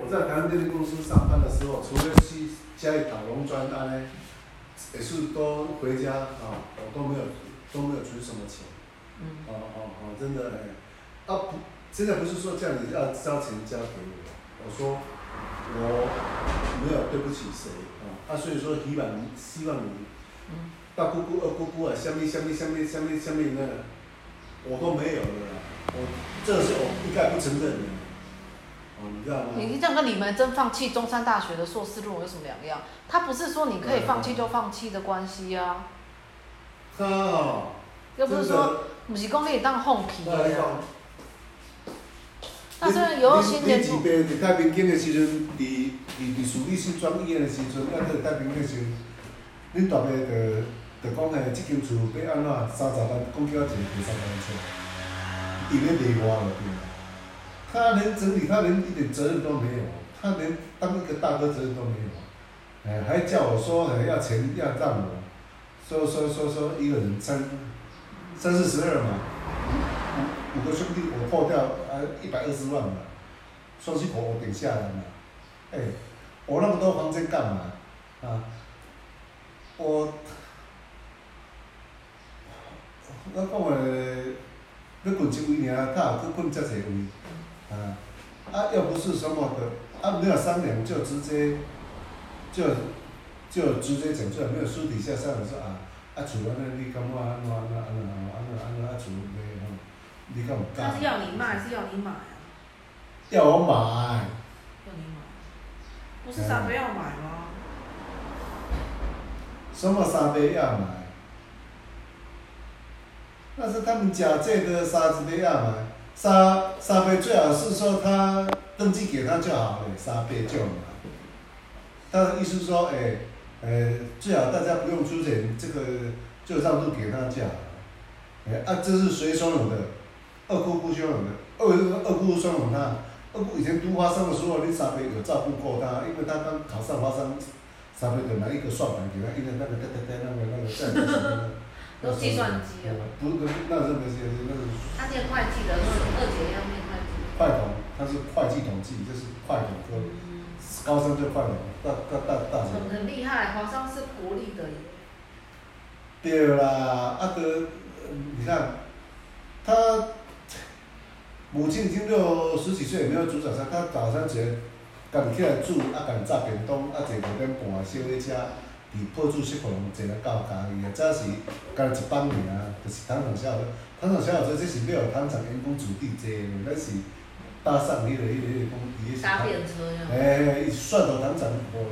在台湾电力公司上班的时候，除了去家里打农专安呢，也是都回家啊，我都没有存什么钱。真的不，现在不是说叫你要交钱交给我，我说我没有对不起谁所以说希望你大姑姑、二姑姑下面那个，我都没有了啦，这是我一概不承认的。你知道吗？ 你这样跟李梅珍放弃中山大学的硕士论文有什么两样？他不是说你可以放弃就放弃的关系啊。又不是说，不是讲你当放弃的啊。那这有心人。你一边伫太平间的时阵，伫树立新庄医院的时阵，伫太平间的时阵，恁大伯就讲即间厝要安怎30万，讲叫我一个赔3万出，伊咧卖我了对。他连整理，他连一点责任都没有，他连当一个大哥责任都没有，还叫我说要钱要让我，说一个人342嘛，5个兄弟我破掉120万嘛，双息口我顶下来嘛，我那么多房间干嘛我讲要滚一位尔，他也去滚遮济位。要不是什么的，没有商量就直接讲出来，没有私底下商量说厝安尼你感觉安怎厝卖你敢有干？ 他是要你卖还是要你买啊？ 要我买。 要你买，不是三杯要买吗？ 什么三杯要买？那是他们假借的沙杯要买。沙杯最好是说他登记给他就好了，沙杯就买。他的意思说，最好大家不用出钱，这个就让路给他就好了。这是谁怂恿的？二姑姑怂恿的。二姑姑怂恿他。二姑以前读华商的时候，你沙杯有照顾过他，因为他刚考上华商，沙杯就拿一个算盘给他，因为那个在那个。 都计算机啊？ 不，那时候没有那个。 他念会计的，二姐要念会计。 会统，他是会计统计，就是会统科，高三就会统，大学。 很厉害，华商是国立的耶。 对啦，你看，他母亲已经60几岁，也没有煮早餐，他早餐只家己起来煮，家己炸便当，坐5点半小火车。伫破厝食饭，坐来到家己啊！早是干一班尔，就是糖厂小学。糖厂小学这是要有糖厂员工子弟坐的，咱是搭上迄个讲伊个。 搭便车呀。 伊算到糖厂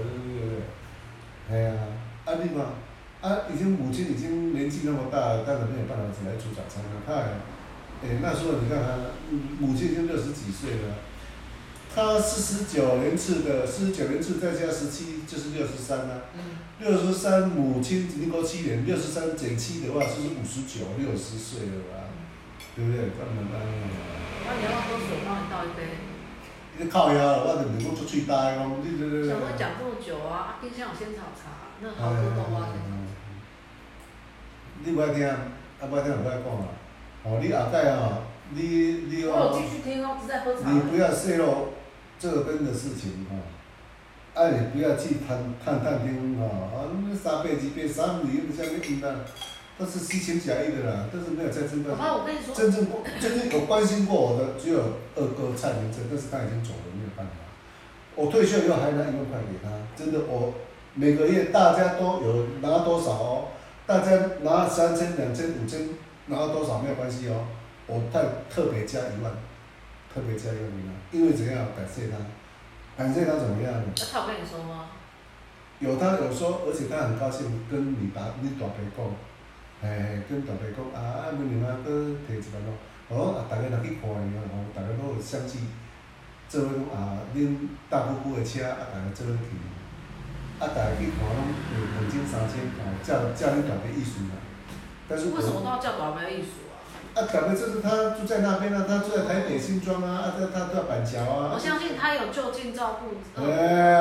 对。你看，已经母亲已经年纪那么大了，当然没有办法来煮早餐了。他那时候你看母亲已经60几岁了。他49年次的，49年次再加17就是63啦。63母亲民国7年，63减7的话就是59，60岁了吧？对不对？ 你要喝水，帮你倒一杯。 你靠腰了，我就袂讲出喙大讲，你想说讲这么久冰箱有仙草茶，那好多都挖仙草茶。 你不爱听，不爱听就不爱讲啦。你后盖你我有继续听只在喝茶。 你不要泄露这边的事情你不要去探听3倍2倍3你又不像那硬的，都是虚情假意的啦，但是没有在真正。 爸爸，我跟你说。 真正有关心过我的只有二哥蔡明正，但是他已经走了，没有办法。我退休以后还拿1万块给他，真的我每个月大家都有拿多少大家拿3000、2000、5000拿多少没有关系我特别加1万，特别加1万给他，因为怎样感谢他，感谢他怎么样？ 他有跟你说吗？ 他有说，而且他很高兴跟你大伯讲，跟大伯讲明年搁摕1万大家若去看大家都有相聚，做伙讲恁大姑姑的车大家做伙去，大家去看拢2000、3000叫恁大伯意思啦。但是为什么都要叫大伯意思？ 大伯就是他住在那边他住在台北新庄他住在板桥我相信他有就近照顾。 对，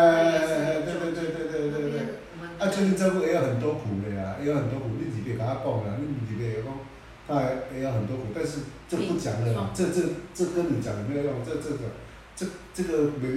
就近照顾也有很多苦的呀，也有很多苦，你是别跟他讲啦，你是别讲，他也有很多苦，但是这不讲了啦，这跟你讲也没有用，这个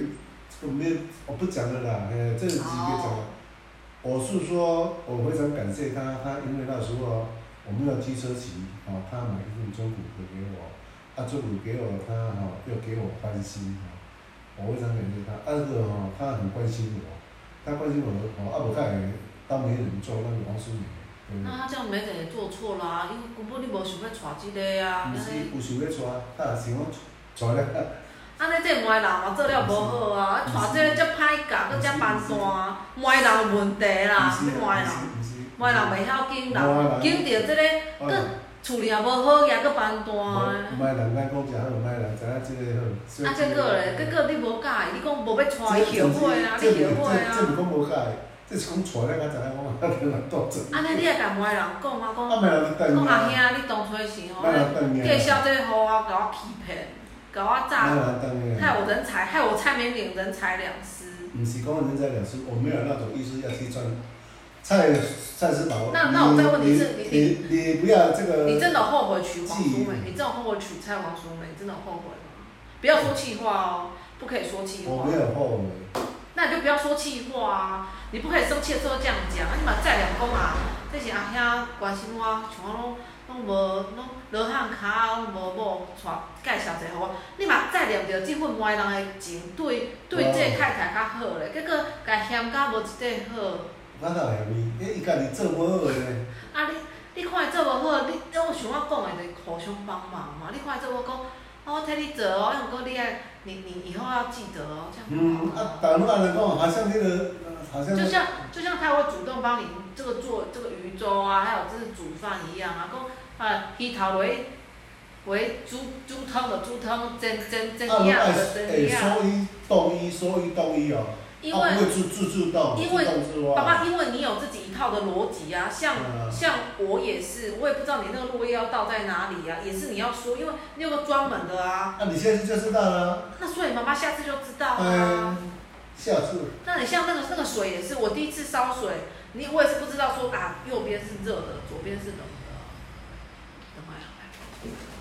这个没有，我不讲了啦，这个直接讲了。我是说，我非常感谢他，因为那时候我没有机车骑，他买一份中古的给我，中古给我，他又给我翻新，我非常感谢他。这个他很关心我，他关心我，无他会当媒人做那个王淑美。 那他这样媒人也做错啦，因为根本你无想要娶这个啊。 毋是有想要娶，他也想讲娶了。 安尼这媒人嘛做了无好啊，娶这个遮歹教，搁遮繁单，媒人有问题啦，你媒人，媒人袂晓经人，经着这个，搁厝里也无好，也搁繁单的。 媒人咱讲诚好，媒人知影这个好。 结果咧，结果你无介意，你讲无要娶，伊后悔啊，你后悔啊。 这毋讲无介意，这是讲娶了，才知影讲啊，媒人多真。 安尼你也甲媒人讲啊，讲媒人就等讲阿兄，你当初时吼，介绍这个互我，甲我欺骗。搞我诈，害我人财，害我蔡明玲人财两失。 不是讲人财两失，我没有那种意思要去赚蔡氏宝。 那我再问你是， 你不要这个。 你真的后悔娶黄淑美？你真的后悔娶蔡黄淑美？你真的后悔吗？不要说气话哦，不可以说气话。 我没有后悔。 那你就不要说气话啊！你不可以生气的时候这样讲，你嘛再两讲啊，这是阿兄关心我，像我拢无落汉骹拢无某介绍一个互我，你嘛再念着即份媒人的情，对这个太太较好咧，结果甲嫌甲无一块好。 我哪会伊家己做无好咧。 你看伊做无好，我想要讲的就是互相帮忙嘛。你看伊做无讲，我替你做哦，毋过你以后要记得哦，这样。 大陆人讲，好像那个，好像。 就像他会主动帮你这个做这个鱼粥啊，还有就是煮饭一样啊，讲鱼头为煮汤的煮汤，蒸鸭的蒸鸭。说一动一哦。因为爸爸，因为你有自己一套的逻辑啊，像我也是，我也不知道你那个落叶要倒在哪里啊，也是你要说，因为你有个专门的啊。 那你下次就知道了。 那所以妈妈下次就知道啊。 下次。那你像那个水也是，我第一次烧水，我也是不知道说右边是热的，左边是冷的。等会